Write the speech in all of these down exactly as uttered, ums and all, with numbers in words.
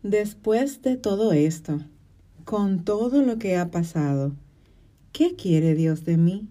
Después de todo esto, con todo lo que ha pasado, ¿qué quiere Dios de mí?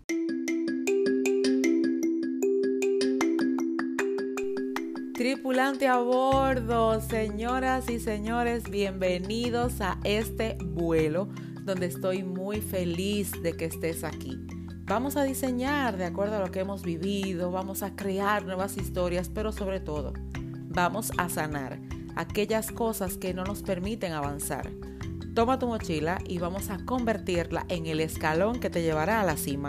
Tripulante a bordo, señoras y señores, bienvenidos a este vuelo donde estoy muy feliz de que estés aquí. Vamos a diseñar de acuerdo a lo que hemos vivido, vamos a crear nuevas historias, pero sobre todo, vamos a sanar aquellas cosas que no nos permiten avanzar. Toma tu mochila y vamos a convertirla en el escalón que te llevará a la cima.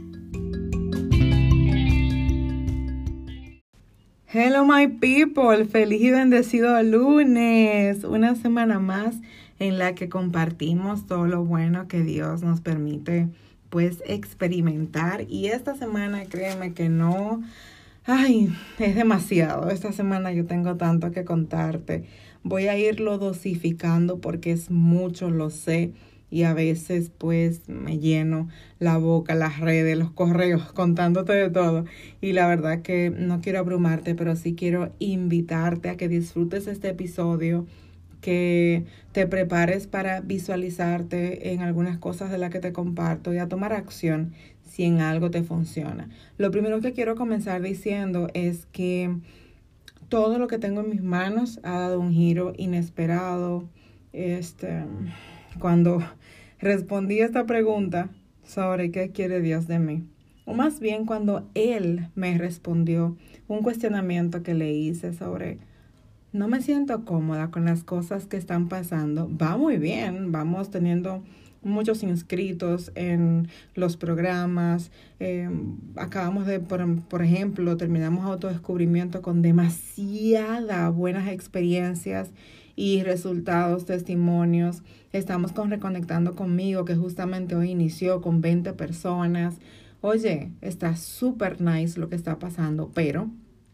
Hello my people, feliz y bendecido lunes, una semana más en la que compartimos todo lo bueno que Dios nos permite pues experimentar. Y esta semana créeme que no, ay, es demasiado, esta semana yo tengo tanto que contarte. Voy a irlo dosificando porque es mucho, lo sé. Y a veces pues me lleno la boca, las redes, los correos, contándote de todo. Y la verdad que no quiero abrumarte, pero sí quiero invitarte a que disfrutes este episodio, que te prepares para visualizarte en algunas cosas de las que te comparto y a tomar acción si en algo te funciona. Lo primero que quiero comenzar diciendo es que todo lo que tengo en mis manos ha dado un giro inesperado. Este... Cuando respondí a esta pregunta sobre qué quiere Dios de mí, o más bien cuando Él me respondió un cuestionamiento que le hice sobre no me siento cómoda con las cosas que están pasando. Va muy bien, vamos teniendo muchos inscritos en los programas. Eh, acabamos de, por, por ejemplo, terminamos autodescubrimiento con demasiadas buenas experiencias y resultados, testimonios. Estamos con Reconectando Conmigo, que justamente hoy inició con veinte personas. Oye, está súper nice lo que está pasando, pero,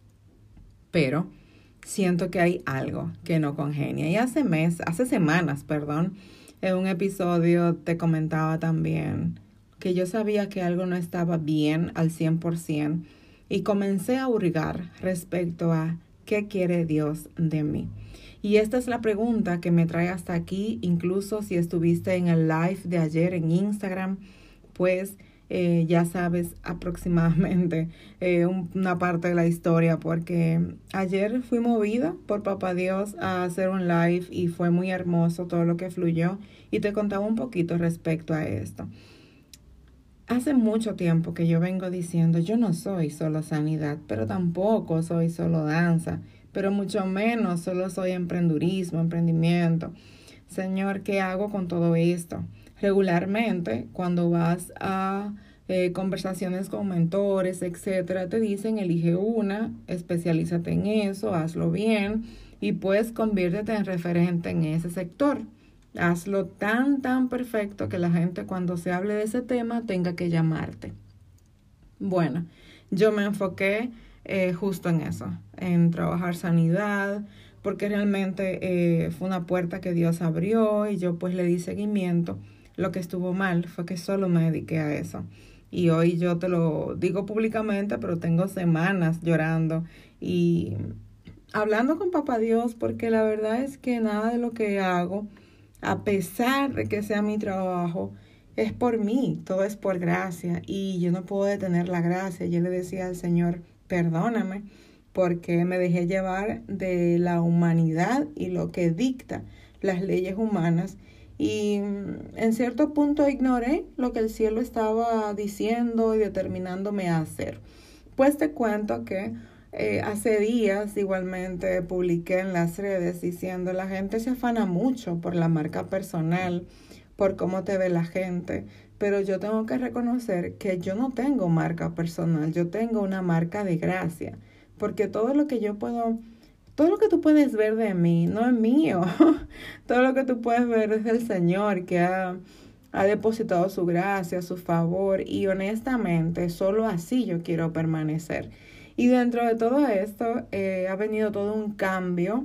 pero, siento que hay algo que no congenia. Y hace mes, hace semanas, perdón, en un episodio te comentaba también que yo sabía que algo no estaba bien al cien por ciento y comencé a hurgar respecto a qué quiere Dios de mí. Y esta es la pregunta que me trae hasta aquí. Incluso si estuviste en el live de ayer en Instagram, pues eh, ya sabes aproximadamente eh, un, una parte de la historia, porque ayer fui movida por Papá Dios a hacer un live y fue muy hermoso todo lo que fluyó. Y te contaba un poquito respecto a esto. Hace mucho tiempo que yo vengo diciendo, yo no soy solo sanidad, pero tampoco soy solo danza, pero mucho menos solo soy emprendurismo, emprendimiento. Señor, ¿qué hago con todo esto? Regularmente, cuando vas a eh, conversaciones con mentores, etcétera, te dicen, elige una, especialízate en eso, hazlo bien y pues conviértete en referente en ese sector. Hazlo tan, tan perfecto que la gente cuando se hable de ese tema tenga que llamarte. Bueno, yo me enfoqué eh, justo en eso, en trabajar sanidad, porque realmente eh, fue una puerta que Dios abrió y yo pues le di seguimiento. Lo que estuvo mal fue que solo me dediqué a eso. Y hoy yo te lo digo públicamente, pero tengo semanas llorando y hablando con Papá Dios, porque la verdad es que nada de lo que hago, a pesar de que sea mi trabajo, es por mí, todo es por gracia y yo no puedo detener la gracia. Yo le decía al Señor, perdóname, porque me dejé llevar de la humanidad y lo que dicta las leyes humanas y en cierto punto ignoré lo que el cielo estaba diciendo y determinándome a hacer. Pues te cuento que Eh, hace días igualmente publiqué en las redes diciendo la gente se afana mucho por la marca personal, por cómo te ve la gente, pero yo tengo que reconocer que yo no tengo marca personal, yo tengo una marca de gracia, porque todo lo que yo puedo, todo lo que tú puedes ver de mí no es mío, todo lo que tú puedes ver es del Señor que ha, ha depositado su gracia, su favor y honestamente solo así yo quiero permanecer. Y dentro de todo esto eh, ha venido todo un cambio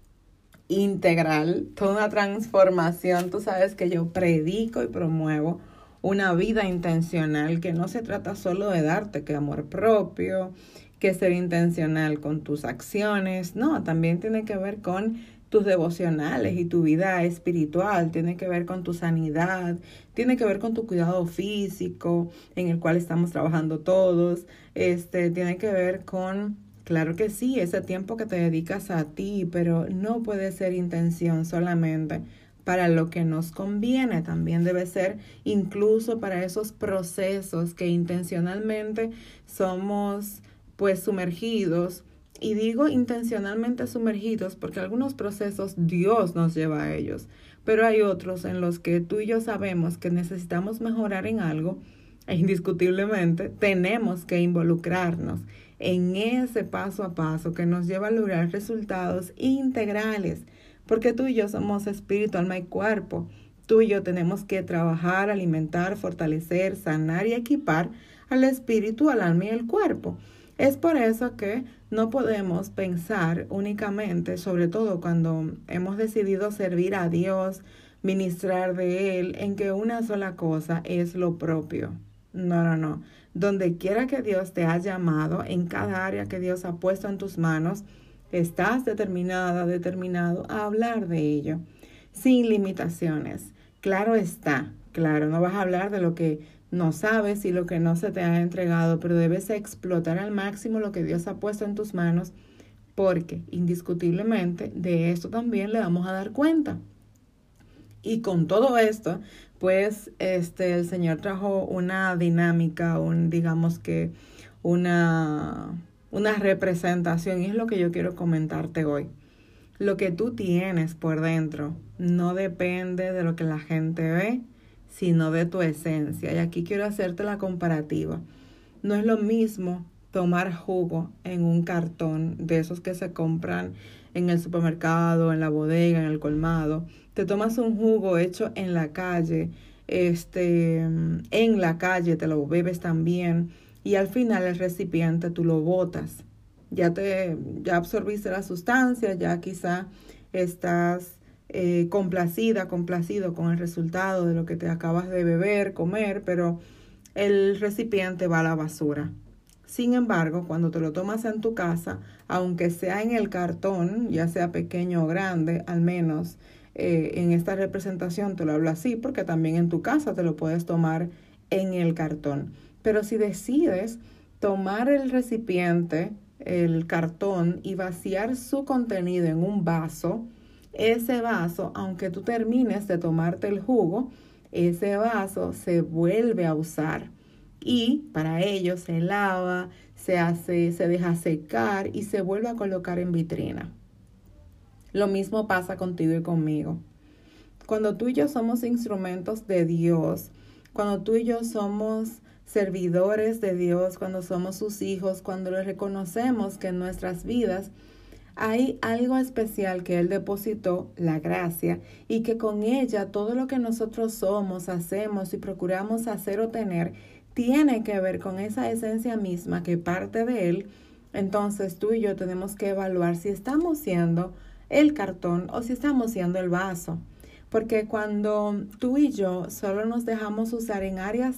integral, toda una transformación. Tú sabes que yo predico y promuevo una vida intencional, que no se trata solo de darte que amor propio, que ser intencional con tus acciones. No, también tiene que ver con tus devocionales y tu vida espiritual, tiene que ver con tu sanidad, tiene que ver con tu cuidado físico, en el cual estamos trabajando todos, este, tiene que ver con, claro que sí, ese tiempo que te dedicas a ti, pero no puede ser intención solamente para lo que nos conviene, también debe ser incluso para esos procesos que intencionalmente somos pues sumergidos. Y digo intencionalmente sumergidos porque algunos procesos Dios nos lleva a ellos, pero hay otros en los que tú y yo sabemos que necesitamos mejorar en algo e indiscutiblemente tenemos que involucrarnos en ese paso a paso que nos lleva a lograr resultados integrales, porque tú y yo somos espíritu, alma y cuerpo. Tú y yo tenemos que trabajar, alimentar, fortalecer, sanar y equipar al espíritu, al alma y al cuerpo. Es por eso que no podemos pensar únicamente, sobre todo cuando hemos decidido servir a Dios, ministrar de Él, en que una sola cosa es lo propio. No, no, no. Donde quiera que Dios te ha llamado, en cada área que Dios ha puesto en tus manos, estás determinada, determinado a hablar de ello, sin limitaciones. Claro está, claro, no vas a hablar de lo que no sabes y lo que no se te ha entregado, pero debes explotar al máximo lo que Dios ha puesto en tus manos, porque indiscutiblemente de esto también le vamos a dar cuenta. Y con todo esto, pues este el Señor trajo una dinámica, un digamos que una una representación, y es lo que yo quiero comentarte hoy. Lo que tú tienes por dentro no depende de lo que la gente ve, sino de tu esencia. Y aquí quiero hacerte la comparativa. No es lo mismo tomar jugo en un cartón de esos que se compran en el supermercado, en la bodega, en el colmado. Te tomas un jugo hecho en la calle, este, en la calle te lo bebes también y al final el recipiente tú lo botas. Ya te, ya absorbiste la sustancia, ya quizá estás Eh, complacida, complacido con el resultado de lo que te acabas de beber, comer, pero el recipiente va a la basura. Sin embargo, cuando te lo tomas en tu casa, aunque sea en el cartón, ya sea pequeño o grande, al menos eh, en esta representación te lo hablo así, porque también en tu casa te lo puedes tomar en el cartón. Pero si decides tomar el recipiente, el cartón, y vaciar su contenido en un vaso, ese vaso, aunque tú termines de tomarte el jugo, ese vaso se vuelve a usar y para ello se lava, se hace, se deja secar y se vuelve a colocar en vitrina. Lo mismo pasa contigo y conmigo. Cuando tú y yo somos instrumentos de Dios, cuando tú y yo somos servidores de Dios, cuando somos sus hijos, cuando le reconocemos que en nuestras vidas hay algo especial que Él depositó, la gracia, y que con ella todo lo que nosotros somos, hacemos y procuramos hacer o tener, tiene que ver con esa esencia misma que parte de Él. Entonces tú y yo tenemos que evaluar si estamos siendo el cartón o si estamos siendo el vaso. Porque cuando tú y yo solo nos dejamos usar en áreas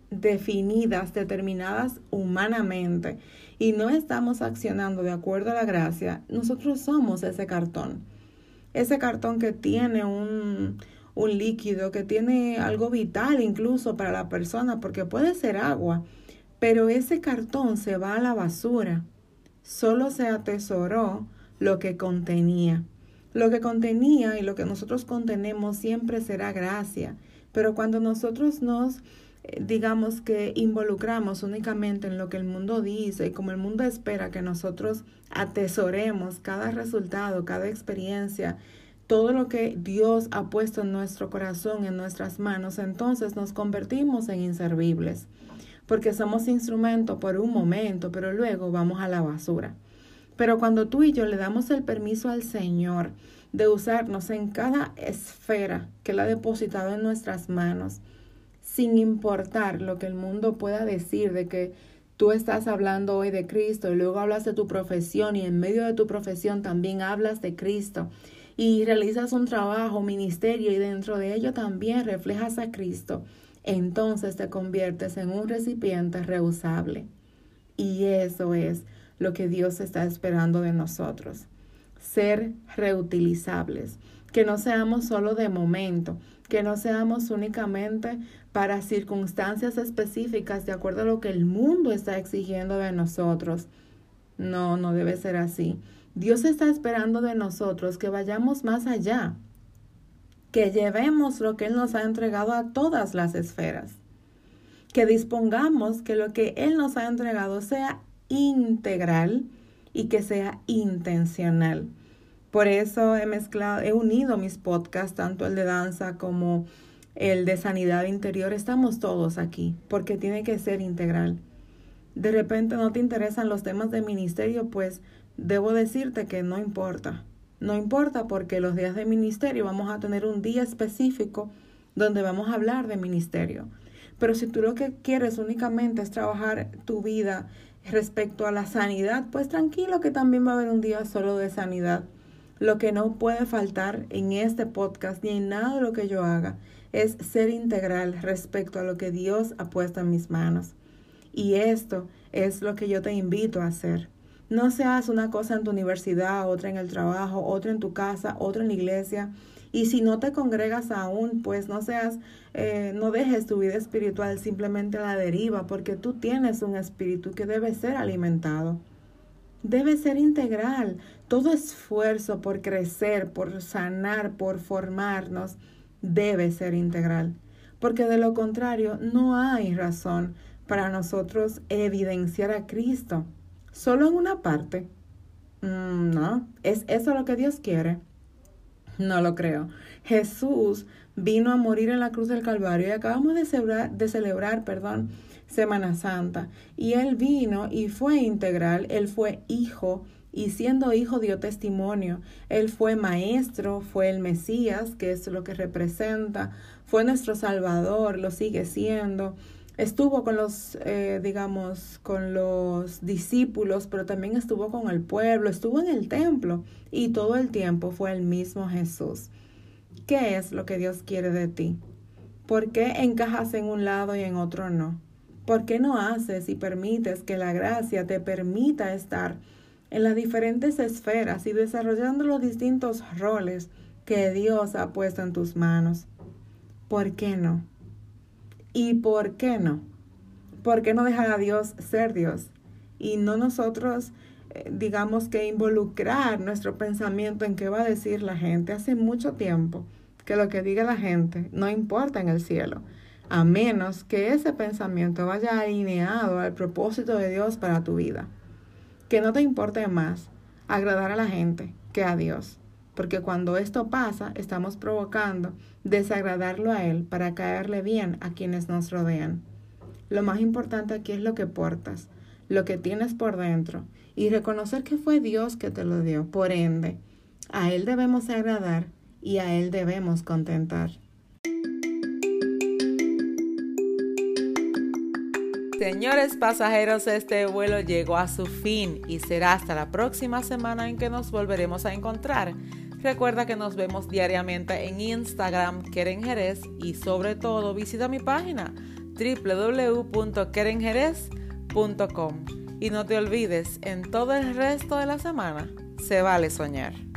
definidas, determinadas humanamente, y no estamos accionando de acuerdo a la gracia, nosotros somos ese cartón. Ese cartón que tiene un, un líquido, que tiene algo vital incluso para la persona, porque puede ser agua, pero ese cartón se va a la basura. Solo se atesoró lo que contenía. Lo que contenía y lo que nosotros contenemos siempre será gracia, pero cuando nosotros nos digamos que involucramos únicamente en lo que el mundo dice y como el mundo espera que nosotros atesoremos cada resultado, cada experiencia, todo lo que Dios ha puesto en nuestro corazón, en nuestras manos, entonces nos convertimos en inservibles, porque somos instrumento por un momento, pero luego vamos a la basura. Pero cuando tú y yo le damos el permiso al Señor de usarnos en cada esfera que Él ha depositado en nuestras manos, sin importar lo que el mundo pueda decir de que tú estás hablando hoy de Cristo y luego hablas de tu profesión y en medio de tu profesión también hablas de Cristo y realizas un trabajo, ministerio y dentro de ello también reflejas a Cristo, entonces te conviertes en un recipiente reusable. Y eso es lo que Dios está esperando de nosotros. ser reutilizables, que no seamos solo de momento, que no seamos únicamente para circunstancias específicas de acuerdo a lo que el mundo está exigiendo de nosotros. No, no debe ser así. Dios está esperando de nosotros que vayamos más allá, que llevemos lo que Él nos ha entregado a todas las esferas, que dispongamos que lo que Él nos ha entregado sea integral y que sea intencional. Por eso he mezclado, he unido mis podcasts, tanto el de danza como el de sanidad interior. Estamos todos aquí porque tiene que ser integral. De repente no te interesan los temas de ministerio, pues debo decirte que no importa. No importa porque los días de ministerio vamos a tener un día específico donde vamos a hablar de ministerio. Pero si tú lo que quieres únicamente es trabajar tu vida respecto a la sanidad, pues tranquilo que también va a haber un día solo de sanidad. Lo que no puede faltar en este podcast ni en nada de lo que yo haga es ser integral respecto a lo que Dios ha puesto en mis manos. Y esto es lo que yo te invito a hacer. No seas una cosa en tu universidad, otra en el trabajo, otra en tu casa, otra en la iglesia. Y si no te congregas aún, pues no seas, eh, no dejes tu vida espiritual simplemente a la deriva, porque tú tienes un espíritu que debe ser alimentado. Debe ser integral. Todo esfuerzo por crecer, por sanar, por formarnos, debe ser integral. Porque de lo contrario, no hay razón para nosotros evidenciar a Cristo solo en una parte. Mm, no, ¿es eso lo que Dios quiere? No lo creo. Jesús vino a morir en la cruz del Calvario y acabamos de celebrar, de celebrar, perdón, Semana Santa. Y Él vino y fue integral. Él fue hijo y siendo hijo dio testimonio. Él fue maestro, fue el Mesías, que es lo que representa. Fue nuestro Salvador, lo sigue siendo. Estuvo con los, eh, digamos, con los discípulos, pero también estuvo con el pueblo, estuvo en el templo y todo el tiempo fue el mismo Jesús. ¿Qué es lo que Dios quiere de ti? ¿Por qué encajas en un lado y en otro no? ¿Por qué no haces y permites que la gracia te permita estar en las diferentes esferas y desarrollando los distintos roles que Dios ha puesto en tus manos? ¿Por qué no? ¿Y por qué no? ¿Por qué no dejar a Dios ser Dios? Y no nosotros, eh, digamos que involucrar nuestro pensamiento en qué va a decir la gente. Hace mucho tiempo que lo que diga la gente no importa en el cielo, a menos que ese pensamiento vaya alineado al propósito de Dios para tu vida. Que no te importe más agradar a la gente que a Dios. Porque cuando esto pasa, estamos provocando desagradarlo a Él para caerle bien a quienes nos rodean. Lo más importante aquí es lo que portas, lo que tienes por dentro y reconocer que fue Dios que te lo dio. Por ende, a Él debemos agradar y a Él debemos contentar. Señores pasajeros, este vuelo llegó a su fin y será hasta la próxima semana en que nos volveremos a encontrar. Recuerda que nos vemos diariamente en Instagram, Keren Jerez, y sobre todo visita mi página doble u doble u doble u punto keren jerez punto com. Y no te olvides, en todo el resto de la semana, se vale soñar.